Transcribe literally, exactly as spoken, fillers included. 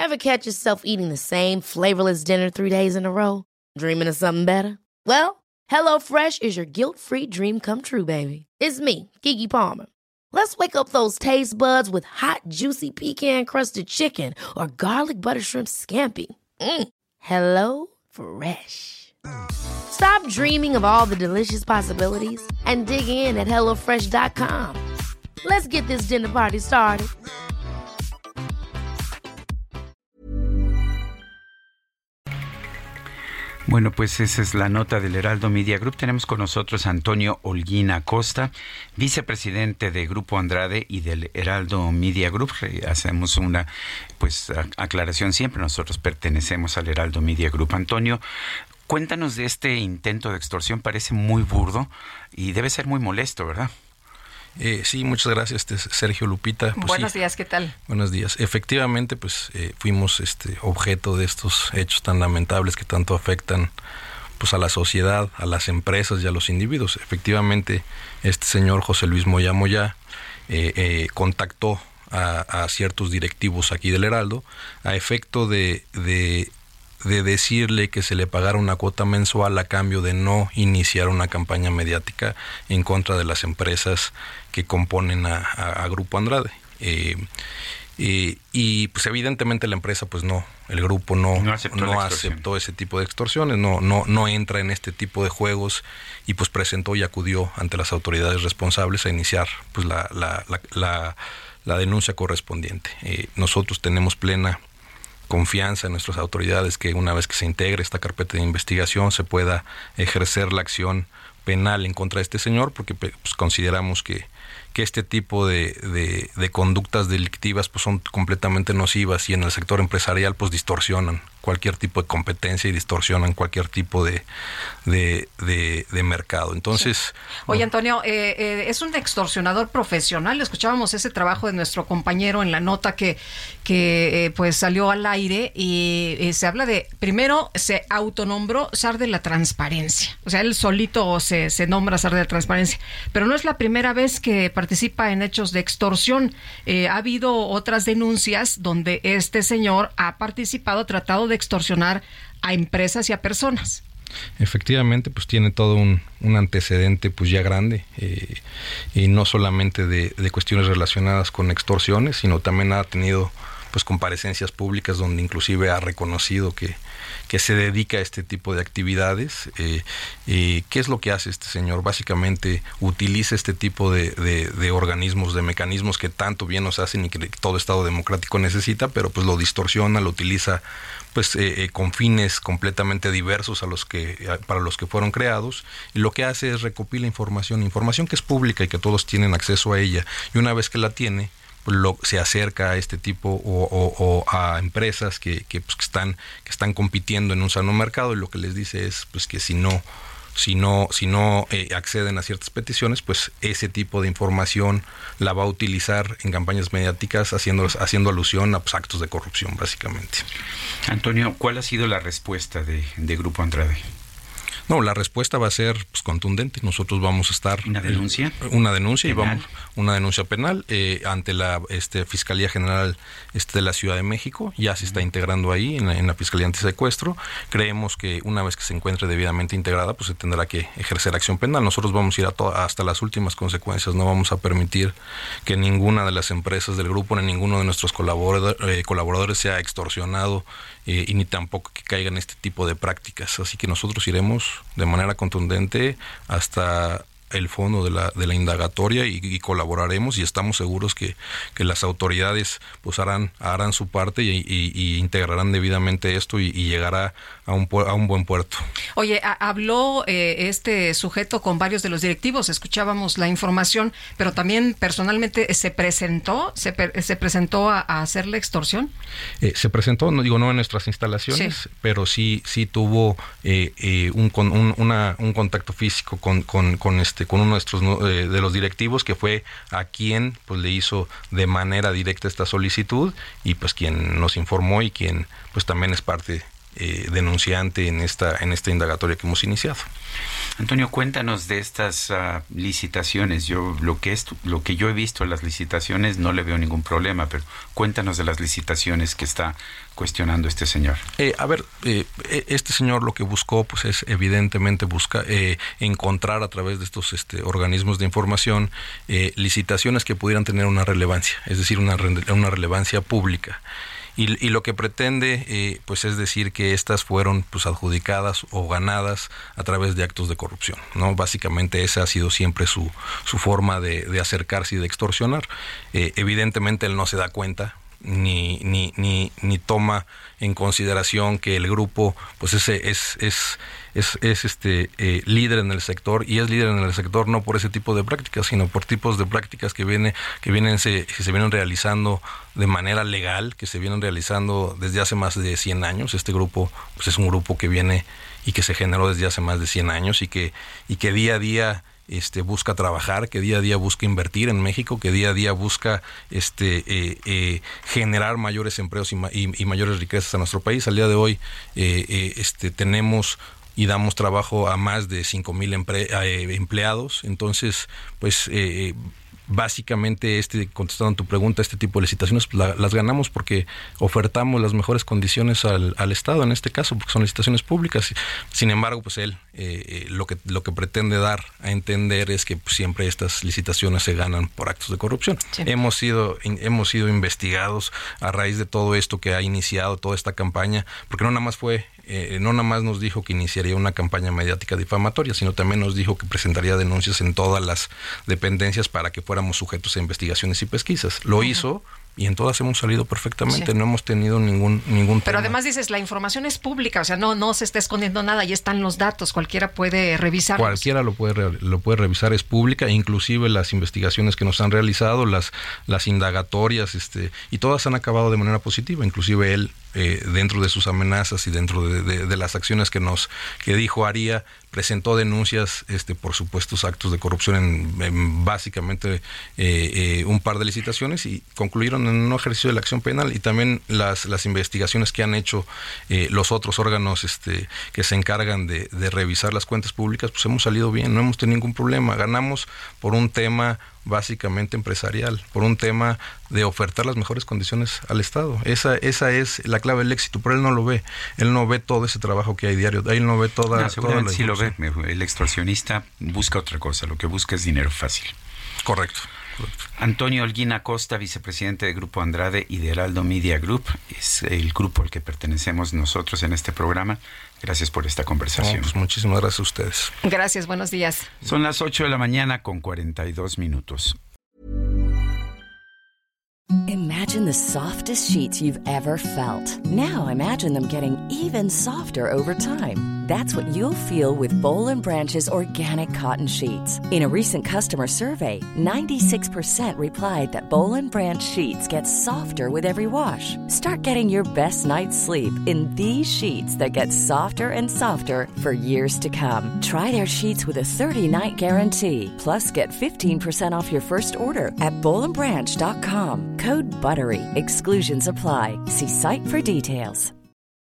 Ever catch yourself eating the same flavorless dinner three days in a row? Dreaming of something better? Well, HelloFresh is your guilt-free dream come true, baby. It's me, Keke Palmer. Let's wake up those taste buds with hot, juicy pecan-crusted chicken or garlic butter shrimp scampi. Mm. Hello Fresh. Stop dreaming of all the delicious possibilities and dig in at hello fresh dot com. Let's get this dinner party started. Bueno, pues esa es la nota del Heraldo Media Group. Tenemos con nosotros a Antonio Holguín Acosta, vicepresidente de Grupo Andrade y del Heraldo Media Group. Hacemos una pues aclaración siempre. Nosotros pertenecemos al Heraldo Media Group. Antonio, cuéntanos de este intento de extorsión. Parece muy burdo y debe ser muy molesto, ¿verdad? Eh, sí, muchas gracias, este, Sergio, Lupita. Pues Buenos sí, días, ¿qué tal? Buenos días. Efectivamente, pues eh, fuimos este objeto de estos hechos tan lamentables que tanto afectan pues a la sociedad, a las empresas y a los individuos. Efectivamente, este señor José Luis Moya Moya eh, eh, contactó a, a ciertos directivos aquí del Heraldo a efecto de, de de decirle que se le pagara una cuota mensual a cambio de no iniciar una campaña mediática en contra de las empresas que componen a, a, a Grupo Andrade. Eh, eh, y pues evidentemente la empresa pues no, el grupo no, no, aceptó, no aceptó ese tipo de extorsiones, no, no, no entra en este tipo de juegos y pues presentó y acudió ante las autoridades responsables a iniciar pues la, la, la, la, la denuncia correspondiente. Eh, nosotros tenemos plena confianza en nuestras autoridades que una vez que se integre esta carpeta de investigación se pueda ejercer la acción penal en contra de este señor, porque pues, consideramos que, que este tipo de, de, de conductas delictivas pues, son completamente nocivas y en el sector empresarial pues distorsionan cualquier tipo de competencia y distorsionan cualquier tipo de, de, de, de mercado. Entonces... Sí. Oye, Antonio, eh, eh, es un extorsionador profesional. Escuchábamos ese trabajo de nuestro compañero en la nota que, que eh, pues salió al aire y eh, se habla de, primero, se autonombró zar de la transparencia. O sea, él solito se, se nombra zar de la transparencia. Pero no es la primera vez que participa en hechos de extorsión. Eh, ha habido otras denuncias donde este señor ha participado, tratado de extorsionar a empresas y a personas. Efectivamente, pues tiene todo un, un antecedente pues ya grande, eh, y no solamente de, de cuestiones relacionadas con extorsiones, sino también ha tenido pues comparecencias públicas donde inclusive ha reconocido que, que se dedica a este tipo de actividades. Eh, eh, ¿Qué es lo que hace este señor? Básicamente utiliza este tipo de, de, de organismos, de mecanismos que tanto bien nos hacen y que todo Estado democrático necesita, pero pues lo distorsiona, lo utiliza pues eh, eh, con fines completamente diversos a los que para los que fueron creados, y lo que hace es recopila información, información que es pública y que todos tienen acceso a ella, y una vez que la tiene, pues lo, se acerca a este tipo o, o, o a empresas que, que, pues, que están que están compitiendo en un sano mercado, y lo que les dice es pues que si no si no si no eh, acceden a ciertas peticiones, pues ese tipo de información la va a utilizar en campañas mediáticas haciendo haciendo alusión a pues, actos de corrupción, básicamente. Antonio, ¿cuál ha sido la respuesta de, de Grupo Andrade? No, la respuesta va a ser pues, contundente. Nosotros vamos a estar... ¿Una denuncia? Eh, una denuncia ¿Penal? y vamos una denuncia penal eh, ante la este, Fiscalía General este, de la Ciudad de México. Ya se está integrando ahí en la, en la Fiscalía Antisecuestro. Creemos que una vez que se encuentre debidamente integrada, pues se tendrá que ejercer acción penal. Nosotros vamos a ir a to- hasta las últimas consecuencias. No vamos a permitir que ninguna de las empresas del grupo, ni ninguno de nuestros colaborador, eh, colaboradores sea extorsionado eh, y ni tampoco que caigan en este tipo de prácticas. Así que nosotros iremos de manera contundente hasta el fondo de la de la indagatoria y, y colaboraremos, y estamos seguros que, que las autoridades pues harán harán su parte y, y, y integrarán debidamente esto y, y llegará a un a un buen puerto. Oye, a, habló eh, este sujeto con varios de los directivos, escuchábamos la información, pero también personalmente se presentó, se, se presentó a, a hacer la extorsión. Eh, se presentó, no digo no en nuestras instalaciones, sí. pero sí sí tuvo eh, eh, un, un una un contacto físico con con con este con uno de nuestros eh, de los directivos, que fue a quien pues le hizo de manera directa esta solicitud, y pues quien nos informó y quien pues también es parte eh, denunciante en esta, en esta indagatoria que hemos iniciado. Antonio, cuéntanos de estas uh, licitaciones. Yo lo que es, lo que yo he visto en las licitaciones no le veo ningún problema, pero cuéntanos de las licitaciones que está cuestionando este señor. Eh, a ver, eh, este señor lo que buscó, pues, es evidentemente buscar eh, encontrar a través de estos este, organismos de información eh, licitaciones que pudieran tener una relevancia, es decir, una, una relevancia pública. Y, y lo que pretende, eh, pues, es decir que estas fueron, pues, adjudicadas o ganadas a través de actos de corrupción, ¿no? Básicamente esa ha sido siempre su, su forma de, de acercarse y de extorsionar. Eh, evidentemente él no se da cuenta, ni, ni, ni, ni toma en consideración que el grupo, pues, ese es, es, es, es este eh, líder en el sector, y es líder en el sector no por ese tipo de prácticas, sino por tipos de prácticas que viene, que vienen, se, que se vienen realizando de manera legal, que se vienen realizando desde hace más de cien años. Este grupo, pues, es un grupo que viene y que se generó desde hace más de cien años y que, y que día a día Este, busca trabajar, que día a día busca invertir en México, que día a día busca este, eh, eh, generar mayores empleos y, y, y mayores riquezas a nuestro país. Al día de hoy eh, eh, este, tenemos y damos trabajo a más de cinco mil empre- eh, empleados. Entonces, pues, eh, básicamente, este, contestando a tu pregunta, este tipo de licitaciones, pues, la, las ganamos porque ofertamos las mejores condiciones al, al Estado, en este caso, porque son licitaciones públicas. Sin embargo, pues él eh, lo que lo que pretende dar a entender es que, pues, siempre estas licitaciones se ganan por actos de corrupción. Sí. Hemos sido in, hemos sido investigados a raíz de todo esto que ha iniciado, toda esta campaña, porque no nada más fue Eh, no nada más nos dijo que iniciaría una campaña mediática difamatoria, sino también nos dijo que presentaría denuncias en todas las dependencias para que fuéramos sujetos a investigaciones y pesquisas. Lo uh-huh. hizo, y en todas hemos salido perfectamente, sí. No hemos tenido ningún ningún Pero tema. además dices, la información es pública, o sea, no no se está escondiendo nada, ahí están los datos, cualquiera puede revisarlos. Cualquiera lo puede lo puede revisar, es pública, inclusive las investigaciones que nos han realizado, las las indagatorias, este, y todas han acabado de manera positiva, inclusive él eh, dentro de sus amenazas y dentro de, de, de las acciones que nos que dijo haría, presentó denuncias este, por supuestos actos de corrupción en, en básicamente eh, eh, un par de licitaciones, y concluyeron en un ejercicio de la acción penal. Y también las, las investigaciones que han hecho eh, los otros órganos este, que se encargan de, de revisar las cuentas públicas, pues hemos salido bien, no hemos tenido ningún problema. Ganamos por un tema básicamente empresarial, por un tema de ofertar las mejores condiciones al Estado. Esa esa es la clave del éxito, pero él no lo ve. Él no ve todo ese trabajo que hay diario. Él no ve toda, no, toda la sí lo ve. El extorsionista busca otra cosa. Lo que busca es dinero fácil. Correcto. Correcto. Antonio Holguín Acosta, vicepresidente de Grupo Andrade y de Heraldo Media Group, es el grupo al que pertenecemos nosotros en este programa. Gracias por esta conversación. No, pues muchísimas gracias a ustedes. Gracias, buenos días. Son las ocho de la mañana con cuarenta y dos minutos. Imagine the softest sheets you've ever felt. Now imagine them getting even softer over time. That's what you'll feel with Boll and Branch's organic cotton sheets. In a recent customer survey, ninety-six percent replied that Boll and Branch sheets get softer with every wash. Start getting your best night's sleep in these sheets that get softer and softer for years to come. Try their sheets with a thirty-night guarantee. Plus, get fifteen percent off your first order at boll and branch dot com. Code BUTTERY. Exclusions apply. See site for details.